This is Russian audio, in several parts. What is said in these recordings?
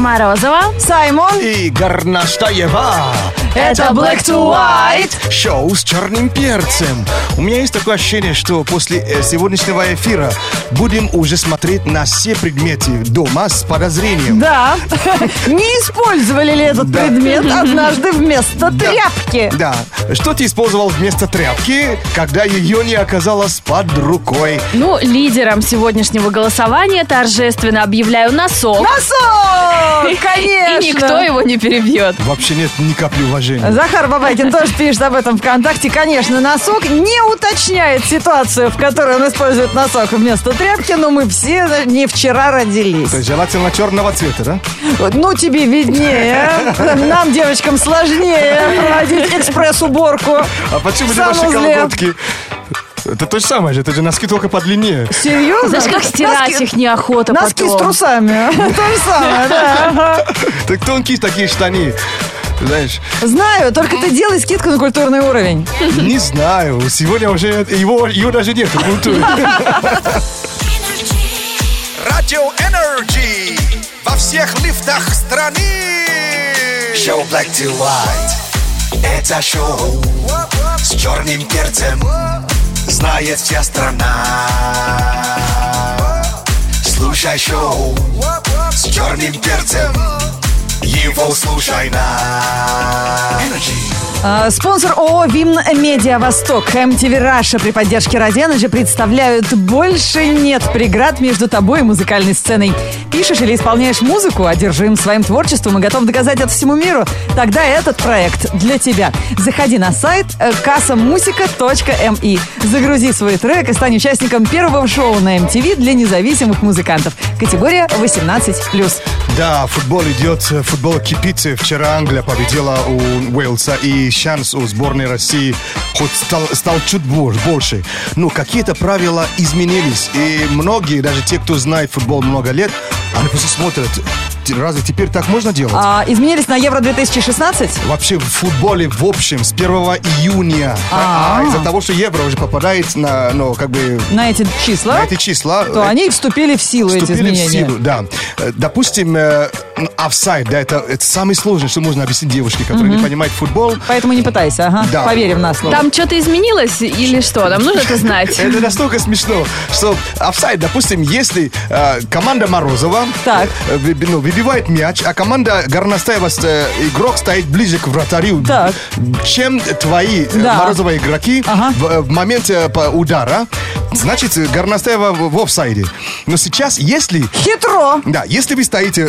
Морозова, Саймон и Горностаева. Это Black to White. Шоу с черным перцем. У меня есть такое ощущение, что после сегодняшнего эфира будем уже смотреть на все предметы дома с подозрением. Да. Не использовали ли этот предмет однажды вместо тряпки? Да. Что ты использовал вместо тряпки, когда ее не оказалось под рукой? Ну, лидером сегодняшнего голосования торжественно объявляю носок. Носок! Конечно! И никто его не перебьет. Вообще нет ни капли уважения. Захар Бабайкин тоже пишет об этом ВКонтакте. Конечно, носок не уточняет ситуацию, в которой он использует носок вместо тряпки, но мы все не вчера родились. То есть желательно черного цвета, да? Ну, тебе виднее. Нам, девочкам, сложнее проводить экспресс-уборку. А почему в не ваши санузле. колготки? Это то же самое же, это же носки только подлиннее. Серьезно? Знаешь, как стирать их неохота Носки потом. с трусами. То же самое, да. Так тонкие такие штаны. Знаешь, Знаю, только ты делай скидку на культурный уровень. не знаю, сегодня уже ее даже нет в культуре. Радио Energy во всех лифтах страны. Шоу Black to White. Это шоу с черным перцем. Знает вся страна. Слушай шоу с черным перцем. Его слушай на Energy. Спонсор ООО «Вимн Медиа Восток» MTV Раша при поддержке Ради Energy представляют «Больше нет преград между тобой и музыкальной сценой». Пишешь или исполняешь музыку, одержим своим творчеством и готов доказать это всему миру? Тогда этот проект для тебя. Заходи на сайт kasamusica.me. Загрузи свой трек и стань участником первого шоу на MTV для независимых музыкантов. Категория 18+. Да, футбол идет, футбол кипит. Вчера Англия победила у Уэльса, и шанс у сборной России хоть стал чуть больше. Но какие-то правила изменились, и многие, даже те, кто знает футбол много лет, они просто смотрят, разве теперь так можно делать? Изменились на Евро-2016? Вообще в футболе в общем с 1 июня. Из-за того, что Евро уже попадает на, На эти числа? То они вступили в силу, эти изменения. В силу, да. Допустим, офсайд, да, это самое сложное, что можно объяснить девушке, которая не понимает футбол. Поэтому не пытайся, Да. Поверим на слово. Там что-то изменилось или что? Нам нужно это знать. Это настолько смешно, что офсайд, допустим, если команда Морозова выбивает мяч, а команда Горностаева, игрок стоит ближе к вратарю, Так. чем твои Морозова игроки в момент удара, значит, Горностаева в офсайде. Но сейчас, если... Хитро! Да, если вы стоите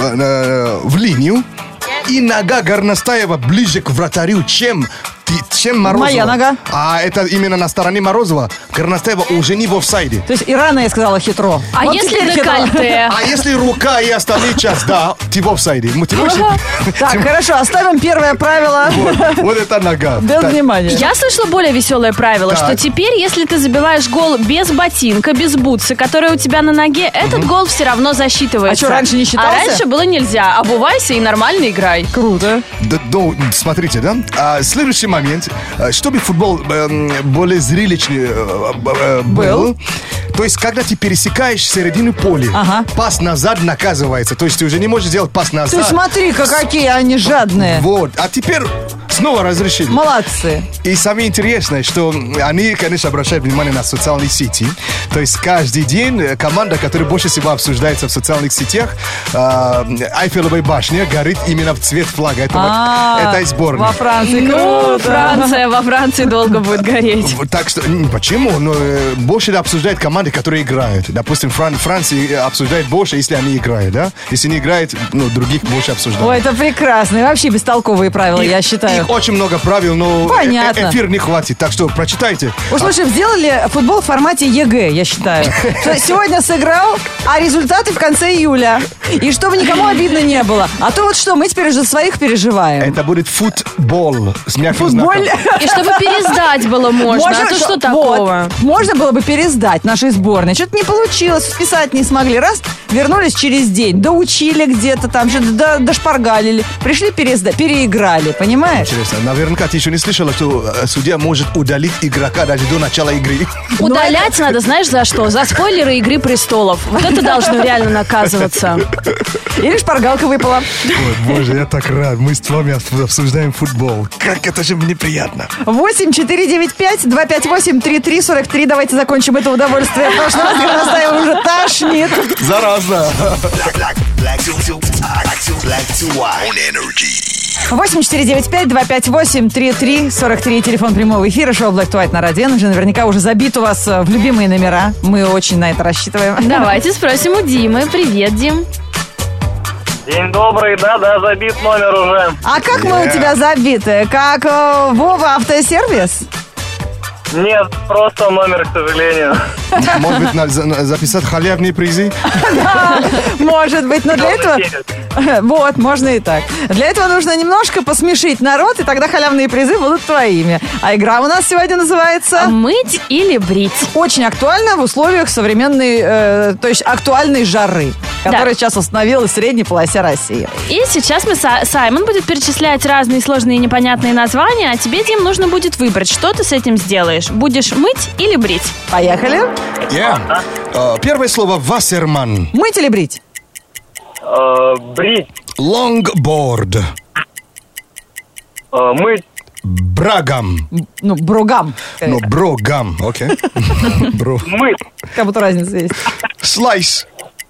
в линию, и нога Горностаева ближе к вратарю, чем Морозова. Моя нога. А это именно на стороне Морозова. Горностаева уже не в офсайде. То есть и рано я сказала хитро. А Вот если теперь хитро. декольте? А если рука и остальные часть, да, ты в офсайде. Так, хорошо, оставим первое правило Вот это нога. без Так, внимания. Я слышала более веселое правило, Так. что теперь, если ты забиваешь гол без ботинка, без бутсы, которые у тебя на ноге, этот гол все равно засчитывается. А что, раньше не считался? А раньше было нельзя. Обувайся и нормально играй. Круто. Смотрите, да? Следующий момент. Чтобы футбол более зрелищный был, то есть, когда ты пересекаешь середину поля, пас назад наказывается. То есть, ты уже не можешь сделать пас назад. Ты смотри-ка, какие они жадные. Вот. А теперь снова разрешили. Молодцы. И самое интересное, что они, конечно, обращают внимание на социальные сети. То есть каждый день команда, которая больше всего обсуждается в социальных сетях, Айфелевая башня горит именно в цвет флага. Это сборная. Во Франции круто. Во Франции долго будет гореть. Так что, почему? Но больше обсуждают команды, которые играют. Допустим, Франция обсуждает больше, если они играют, да? Если не играют, других больше обсуждают. Ой, это прекрасно. И вообще бестолковые правила, я считаю. Их очень много правил, но Понятно. эфир не хватит. Так что прочитайте. Уж лучше сделали футбол в формате ЕГЭ, я считаю. Что сегодня сыграл, а результаты в конце июля. И чтобы никому обидно не было. А то вот что, мы теперь уже своих переживаем. Это будет футбол с мягким Футбол. знаком. И чтобы пересдать было можно. А то что такого? Вот, можно было бы пересдать нашей сборной. Что-то не получилось, вписать не смогли. Раз, вернулись через день, доучили где-то там, что-то дошпаргалили. Пришли пересдать, переиграли, понимаешь? интересно. Наверняка ты еще не слышала, что судья может удалить игрока даже до начала игры. Удалять надо, знаешь, за что? За спойлеры «Игры престолов». Вот это должно реально наказываться. Или шпаргалка выпала. Ой, боже, я так рад. Мы с вами обсуждаем футбол. Как это же мне приятно. 8-495-258-3343. Давайте закончим это удовольствие. Потому что нас Горностаева уже тошнит. Заразно. 8-495-258-3343. Телефон прямого эфира. Шоу Black to White на Радио Energy. Наверняка уже забит у вас в любимые номера. Мы очень на это рассчитываем. Давайте спросим у Димы. Привет, Дим. День добрый, да, забит номер уже. А как мы у тебя забиты? Как Вова Автосервис? Нет, просто номер, к сожалению. Может быть, записать халявные призы? Да, может быть, но для этого... Вот, можно и так. Для этого нужно немножко посмешить народ, и тогда халявные призы будут твоими. А игра у нас сегодня называется... Мыть или брить? Очень актуально в условиях современной, то есть актуальной жары, которая сейчас установилась в средней полосе России. И сейчас Саймон будет перечислять разные сложные и непонятные названия, а тебе, Дим, нужно будет выбрать, что ты с этим сделаешь. Будешь мыть или брить? Поехали. Первое слово «вассерман». Мыть или брить? Брить. Лонгборд. Мыть. Брагам. Ну, брогам. Ну, брогам, окей. Мыть. Как будто разница есть. Слайс.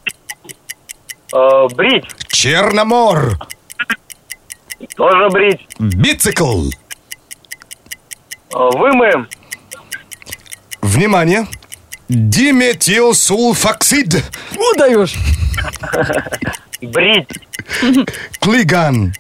Брить. Черномор. Тоже брить. Бицикл. Вымоем. Внимание. Диметилсульфоксид. Удаешь. Брить. Клиган.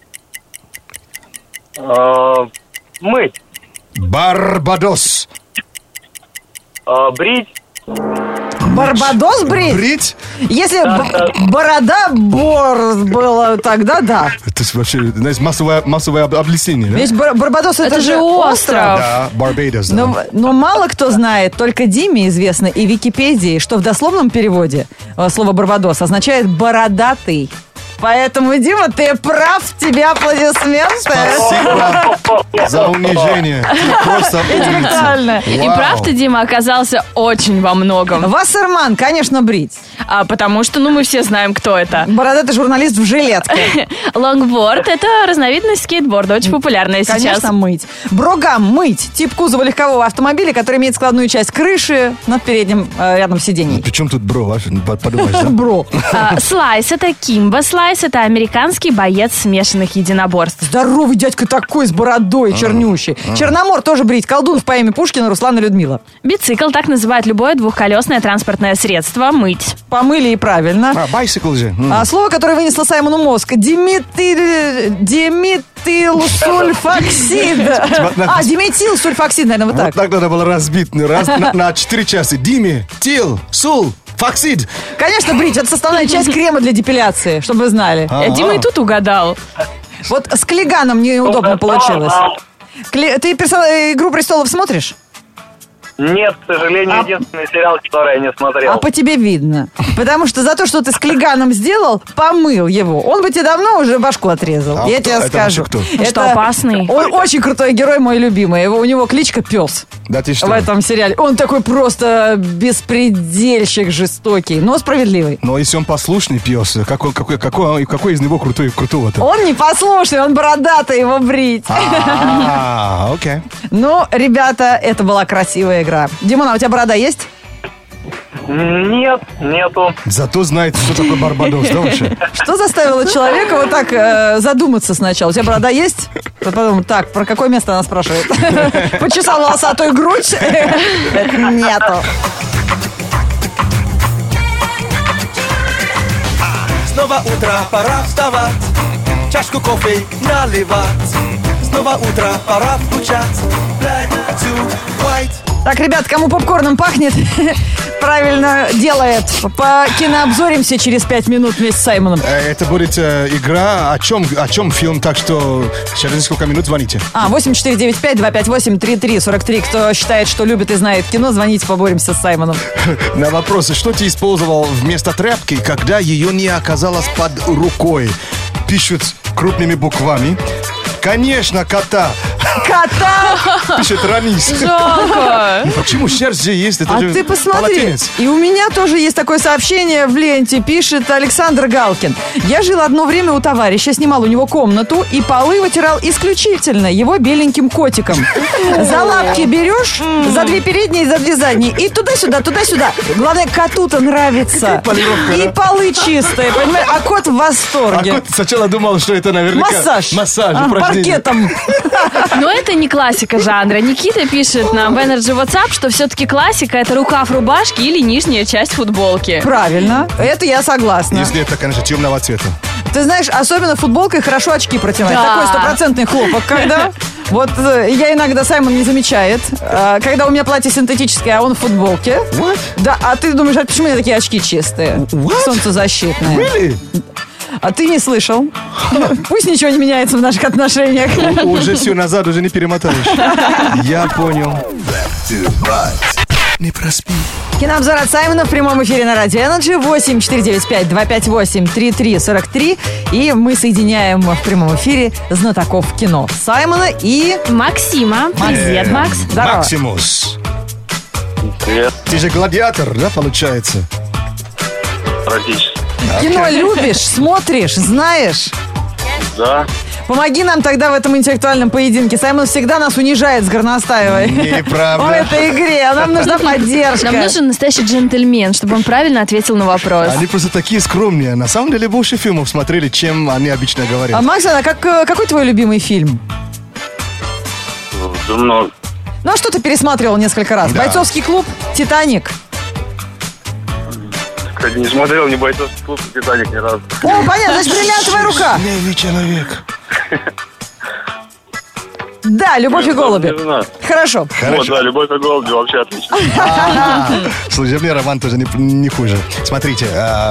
Мыть. Барбадос. Брить. Барбадос брить? Брить? Если борода Борс была, тогда да. Это вообще, знаешь, массовое облесение, да? Ведь Барбадос это же остров. Да, Барбадос, да. Но мало кто знает, только Диме известно и Википедии, что в дословном переводе слово Барбадос означает «бородатый». Поэтому, Дима, ты прав, тебе аплодисменты. Спасибо за унижение. Ты просто умница. Интеллектуально. И прав ты, Дима, оказался очень во многом. Вассерман, конечно, брить. Потому что, мы все знаем, кто это. Бородатый журналист в жилетке. Лонгборд – это разновидность скейтборда, очень популярная сейчас. Конечно, мыть. Брогам, мыть. Тип кузова легкового автомобиля, который имеет складную часть крыши над передним рядом сиденьем. Причем тут бро, подумаешь, да? Бро. Слайс – это Кимба Слайс. Это американский боец смешанных единоборств. Здоровый дядька такой, с бородой чернющий. Черномор тоже брить. Колдун в поэме Пушкина Руслан и Людмила. Бицикл так называют любое двухколесное транспортное средство. Мыть. Помыли и правильно. Байсикл же. А слово, которое вынесло Саймону мозг. Диметилсульфоксид. Диметилсульфоксид, наверное, вот так. Вот так надо было разбить на 4 части. Фоксид. Конечно, брить. Это составная часть крема для депиляции, чтобы вы знали. Дима и тут угадал. Вот с Клиганом неудобно получилось. Ты «Игру престолов» смотришь? Нет, к сожалению, единственный сериал, который я не смотрел. А по тебе видно. Потому что за то, что ты с Клиганом сделал, помыл его. Он бы тебе давно уже башку отрезал. Я тебе скажу. Это опасный. Он очень крутой герой, мой любимый. У него кличка Пес. Да ты что? В этом сериале. Он такой просто беспредельщик жестокий, но справедливый. Но если он послушный пес, какой из него крутого-то? Он не послушный, он бородатый, его брить. Окей. Ну, ребята, это была красивая игра. Димон, а у тебя борода есть? Нет, нету. Зато знает, что такое Барбадос, да, вообще? Что заставило человека вот так задуматься сначала? У тебя борода есть? Потом, так, про какое место она спрашивает? Почесал волосатую грудь? Нету. Снова утро, пора вставать, чашку кофе наливать. Снова утро, пора включать Black to White. Так, ребят, кому попкорном пахнет, правильно делает. Покинообзоримся через 5 минут вместе с Саймоном. Это будет игра. О чем фильм? Так что через несколько минут звоните. 8495-258-3343. Кто считает, что любит и знает кино, звоните, поборемся с Саймоном. На вопрос, что ты использовал вместо тряпки, когда ее не оказалось под рукой? Пишут крупными буквами. Конечно, кота. Кота! Пишет Ранис. Жалко. Ну, почему шерсть же есть? Это А же ты посмотри. полотенец. И у меня тоже есть такое сообщение в ленте. Пишет Александр Галкин. Я жил одно время у товарища, снимал у него комнату и полы вытирал исключительно его беленьким котиком. За лапки берешь, за 2 передние и за 2 задние. И туда-сюда, туда-сюда. Главное, коту-то нравится. Полировка, И да? полы чистые, понимаешь? А кот в А восторге. кот сначала думал, что это наверняка Массаж. Массаж, А, упражнение. паркетом. Но это не классика жанра. Никита пишет нам в Energy WhatsApp, что все-таки классика — это рукав рубашки или нижняя часть футболки. Правильно. Это я согласна. Если это, конечно, темного цвета. Ты знаешь, особенно футболкой хорошо очки протирать. Да. Такой стопроцентный хлопок, когда... Вот я иногда, Саймон не замечает, когда у меня платье синтетическое, а он в футболке. What? Да, а ты думаешь, а почему у меня такие очки чистые? What? Солнцезащитные. Really? А ты не слышал? Пусть ничего не меняется в наших отношениях. Уже все назад, уже не перемотаешь. Я понял. Left to right. Не проспи. Кинообзор от Саймона в прямом эфире на Радио Energy 8-495-258-3343. И мы соединяем в прямом эфире знатоков кино Саймона и... Максима. Привет, Макс. Здорово. Максимус. Привет, Ты же гладиатор, да, получается? практически. Кино любишь, смотришь, знаешь? Да. Помоги нам тогда в этом интеллектуальном поединке. Саймон всегда нас унижает с Горностаевой. Неправда. В этой игре. А нам нужна поддержка. Нам нужен настоящий джентльмен, чтобы он правильно ответил на вопрос. Они просто такие скромные. На самом деле больше фильмов смотрели, чем они обычно А, говорят. Макс, а какой твой любимый фильм? Да много. Ну, а что ты пересматривал несколько раз? Да. «Бойцовский клуб», «Титаник». Кстати, не смотрел ни «Бойцовский клуб», ни «Титаник» ни разу. О, понятно, значит, «Бриллиантовая рука». Левый человек. Да, «Любовь и голуби». Не знаю. Хорошо. Вот, да, «Любовь и голуби» вообще отлично. Служебный роман тоже не хуже. Смотрите,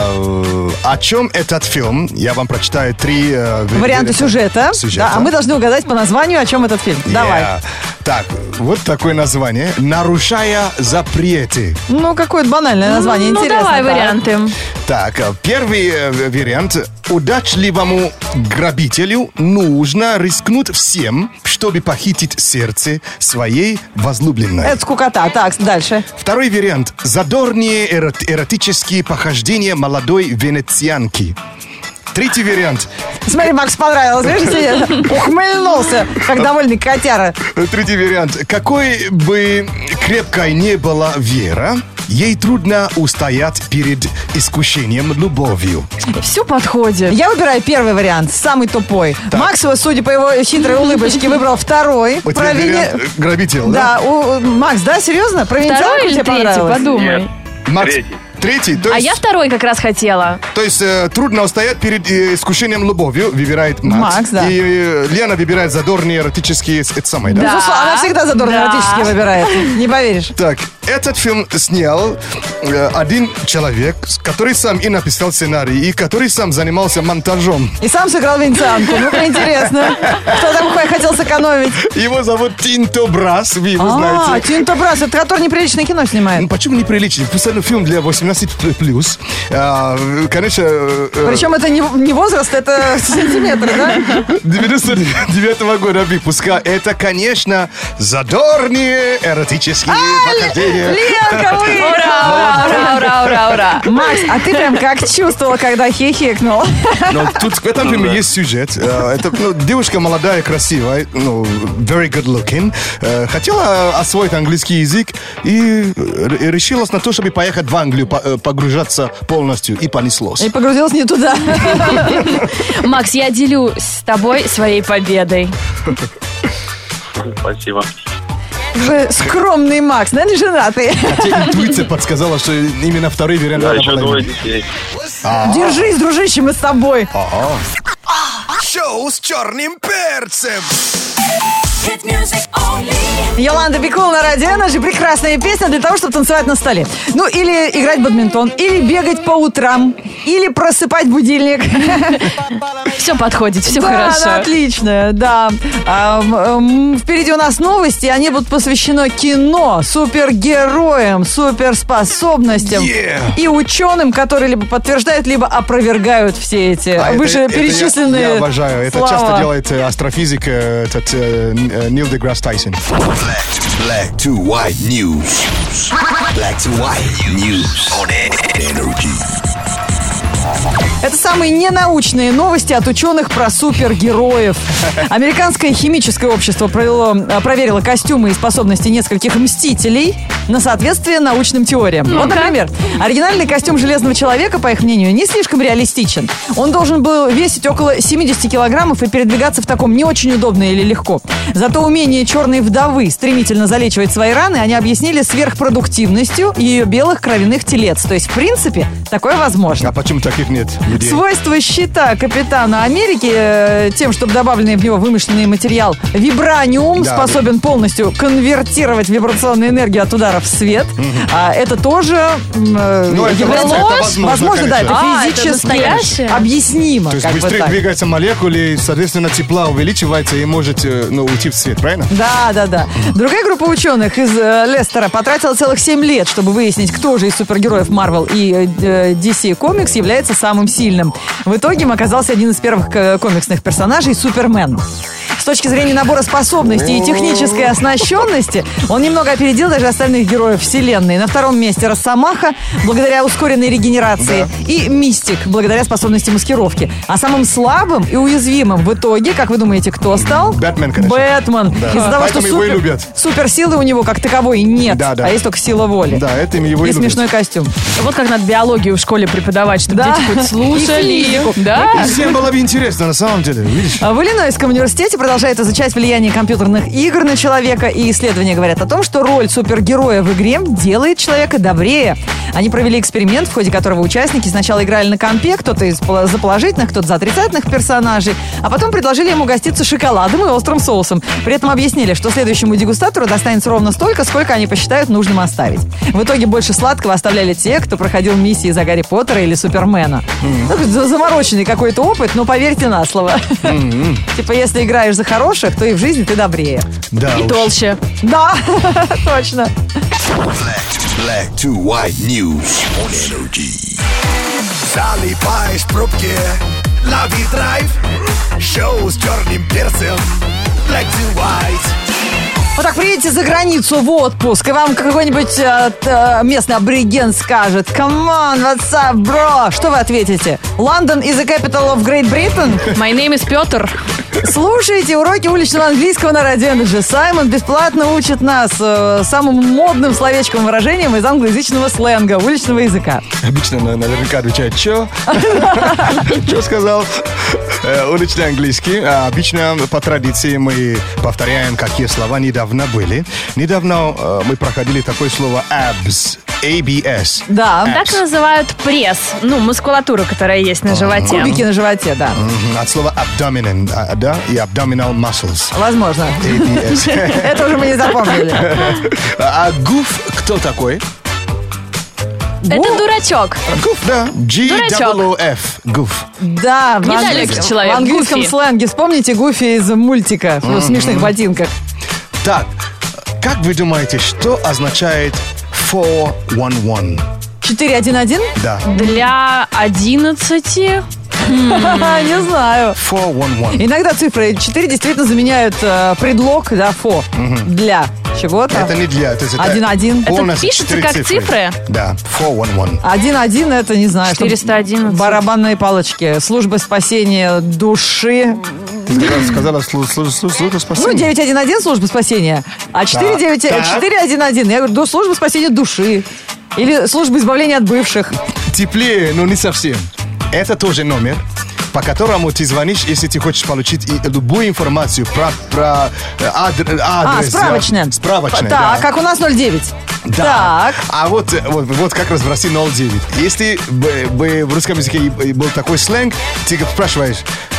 о чем этот фильм? Я вам прочитаю 3 Варианты сюжета. Да, а мы должны угадать по названию, о чем этот фильм. Давай. Так, вот такое название. «Нарушая запреты». Ну, какое-то банальное название, Ну, интересно. давай да. варианты. Так, первый вариант. Удачливому грабителю нужно рискнуть всем, чтобы похитить сердце своей возлюбленной. Это скукота. Так, дальше. Второй вариант. Задорнее эротические похождения молодой венецианки. Третий вариант. Смотри, Макс понравилось. Видите, ухмыльнулся, как довольный котяра. Третий вариант. Какой бы крепкой не была вера, ей трудно устоять перед искушением любовью. Все подходит. Я выбираю первый вариант, самый тупой. Макс, судя по его хитрой улыбочке, выбрал второй. У тебя вариант грабитель, да? Да, Макс, да, серьезно? Про Второй венецианку или тебе третий? понравилось? Подумай. Нет. Макс, Третий. Третий, то А есть, я второй как раз хотела. то есть трудно устоять перед искушением любовью, выбирает Макс. Макс, да. И Лена выбирает задорные эротические, это самое, да? Да. Безусловно, она всегда задорно Да. эротически выбирает. Не поверишь. Так, этот фильм снял один человек, который сам и написал сценарий, и который сам занимался монтажом. И сам сыграл венецианку. Ну-ка, интересно. Кто там хотел сэкономить? Его зовут Тинто Брас, вы его знаете. Тинто Брас, это который неприличное кино снимает. Ну, почему неприличный? Специально фильм для 18+. Конечно, Причем это не возраст, это сантиметры, да? 99 года выпуска. Это, конечно, задорные эротические похождения. Ленка, вы! Ура, ура, ура, ура, ура. Макс, а ты прям как чувствовала, когда хихикнул? Но тут в этом фильме есть сюжет. Это девушка молодая, красивая, very good looking. Хотела освоить английский язык и решилась на то, чтобы поехать в Англию, погружаться полностью, и понеслось. И погрузилась не туда. Макс, я делюсь с тобой своей победой. Спасибо. Вы скромный Макс, наверное, женатый. Хотя интуиция подсказала, что именно второй вариант Да, надо еще было двое иметь. детей. Держись, дружище, мы с тобой. Шоу с черным перцем. Йоланда Бикул на Радио Energy. Прекрасная песня для того, чтобы танцевать на столе. Ну, или играть в бадминтон, или бегать по утрам, или просыпать будильник. Все подходит, все Да, хорошо. отлично, да. Впереди у нас новости, они будут посвящены кино, супергероям, суперспособностям и ученым, которые либо подтверждают, либо опровергают все эти вышеперечисленные Я обожаю. Это слова. часто делает астрофизик Нил Деграсс Тайсон. Black to white news. Black to white news on Energy. Это самые ненаучные новости от ученых про супергероев. Американское химическое общество проверило костюмы и способности нескольких мстителей на соответствие научным теориям. Вот, например, оригинальный костюм Железного человека, по их мнению, не слишком реалистичен. Он должен был весить около 70 килограммов и передвигаться в таком не очень удобно или легко. Зато умение черной вдовы стремительно залечивать свои раны они объяснили сверхпродуктивностью ее белых кровяных телец. То есть, в принципе, такое возможно. А почему таких нет людей? Свойства щита Капитана Америки тем, чтобы добавленный в него вымышленный материал вибраниум способен полностью конвертировать вибрационную энергию от ударов в свет. Это тоже является возможно, да, это физически объяснимо. То есть как бы быстрее так. двигается молекулы, соответственно, тепла увеличивается и может уйти в свет, правильно? Да. Другая группа ученых из Лестера потратила целых 7 лет, чтобы выяснить, кто же из супергероев Marvel и DC Comics является самым сильным. В итоге им оказался один из первых комиксных персонажей — Супермен. С точки зрения набора способностей и технической оснащенности он немного опередил даже остальных героев вселенной. На втором месте Росомаха, благодаря ускоренной регенерации, и Мистик, благодаря способности маскировки. А самым слабым и уязвимым в итоге, как вы думаете, кто стал? Бэтмен, конечно. Бэтмен. Да. Из-за того, что Поэтому его и любят. суперсилы у него как таковой нет, Да. а есть только сила воли. Да, это его и И любят. смешной костюм. Вот как надо биологию в школе преподавать, чтобы Да. дети хоть И слушали. физику. Да? Всем было бы интересно, на самом деле, видишь? В Иллинойском университете продолжают изучать влияние компьютерных игр на человека, и исследования говорят о том, что роль супергероя в игре делает человека добрее. Они провели эксперимент, в ходе которого участники сначала играли на компе, кто-то за положительных, кто-то за отрицательных персонажей, а потом предложили ему угоститься шоколадом и острым соусом. При этом объяснили, что следующему дегустатору достанется ровно столько, сколько они посчитают нужным оставить. В итоге больше сладкого оставляли те, кто проходил миссии за Гарри Поттера или Супермена. Замороченный какой-то опыт, но поверьте на слово. Типа, если играешь за хороших, то и в жизни ты добрее. Да И уж. толще. Да, точно. Black to white news on Energy. Залипаешь в пробке, лови драйв. Шоу с черным перцем. Black to white. Вот так приедете за границу в отпуск, и вам какой-нибудь местный абориген скажет: «Come on, what's up, bro?» Что вы ответите? «London is the capital of Great Britain?» My name is Петр. Слушайте уроки уличного английского на Радио Energy. Саймон бесплатно учит нас самым модным словечковым выражением из англоязычного сленга, уличного языка. Обычно наверняка отвечают, что? Что сказал? Уличный английский. Обычно по традиции мы повторяем, какие слова недавно были. Недавно мы проходили такое слово abs. ABS. Да. Так называют пресс. Ну, мускулатуру, которая есть на животе. Кубики на животе, да. От слова abdomen, да, и abdominal muscles. Возможно. ABS. Это уже мы не запомнили. А гуф кто такой? Это дурачок. Гуф, да. G-O-O-F. Гуф. Да, Недалекий человек, в английском Гуфи. сленге. Вспомните Гуфи из мультика в смешных ботинках. Так, как вы думаете, что означает 411? 411? Да. Для 11. Не знаю. 411. Иногда цифры 4 действительно заменяют предлог, да, for, для чего-то. Это не для... Это 1-1. полностью пишется 4 как цифры? Да, 411. 1-1 это, не знаю, что 411. барабанные палочки, служба спасения души. Ты сказала служба Ну, спасения? 911 служба спасения, а 411, я говорю, служба спасения души. Или служба избавления от бывших. Теплее, но не совсем. Это тоже номер, по которому ты звонишь, если ты хочешь получить любую информацию про адрес. Справочная. Справочная, Так, да. как у нас 09. Да. Так. А вот как раз в России 09. Если бы в русском языке был такой сленг, ты спрашиваешь...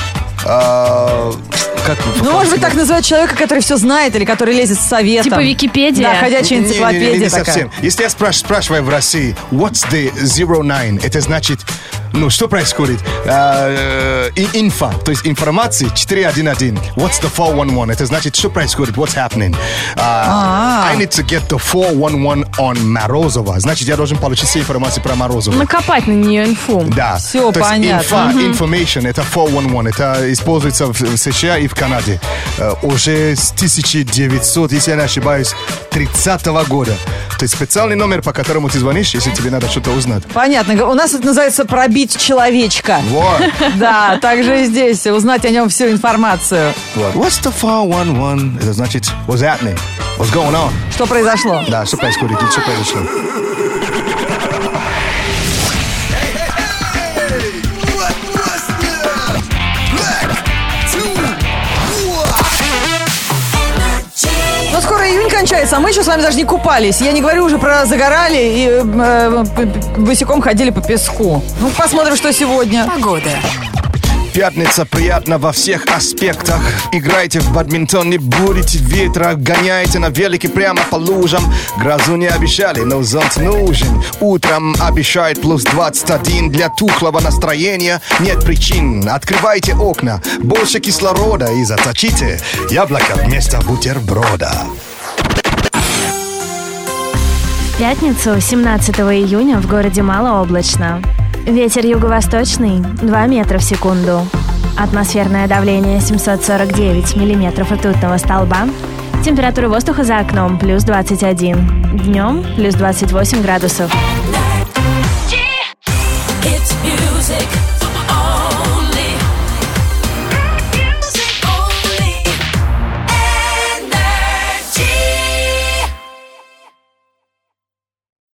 как Ну, может быть, так называют человека, который все знает, или который лезет с советом. Типа Википедия. Да, ходячая энциклопедия не такая. совсем. Если я спрашиваю в России, what's the 09, это значит Ну, что происходит? Инфа, то есть информация 411. What's the 411? Это значит, что происходит? What's happening? I need to get the 411 on Морозова. Значит, я должен получить все информации про Морозова. Накопать на нее инфу. Да. Все то понятно. Есть information, это 411. Это используется в США и в Канаде. Уже с 1900, если я не ошибаюсь, 30-го года. То есть специальный номер, по которому ты звонишь, если тебе надо что-то узнать. Понятно. У нас это называется пробить человечка. Вот. Да, также и здесь. Узнать о нем всю информацию. What's the 411? Это значит, what's happening? What's going on? Что произошло? Да, что происходит? Что произошло? Но скоро июнь кончается, а мы еще с вами даже не купались. Я не говорю уже про загорали и босиком ходили по песку. Ну, посмотрим, что сегодня. Погода. Пятница приятна во всех аспектах. Играйте в бадминтон, не будете ветра. Гоняйте на велике прямо по лужам. Грозу не обещали, но зонт нужен. Утром обещает плюс 21. Для тухлого настроения нет причин. Открывайте окна, больше кислорода и заточите яблоко вместо бутерброда. В пятницу, 17 июня, в городе малооблачно. Ветер юго-восточный 2 метра в секунду. Атмосферное давление 749 миллиметров ртутного столба. Температура воздуха за окном плюс 21. Днем плюс 28 градусов.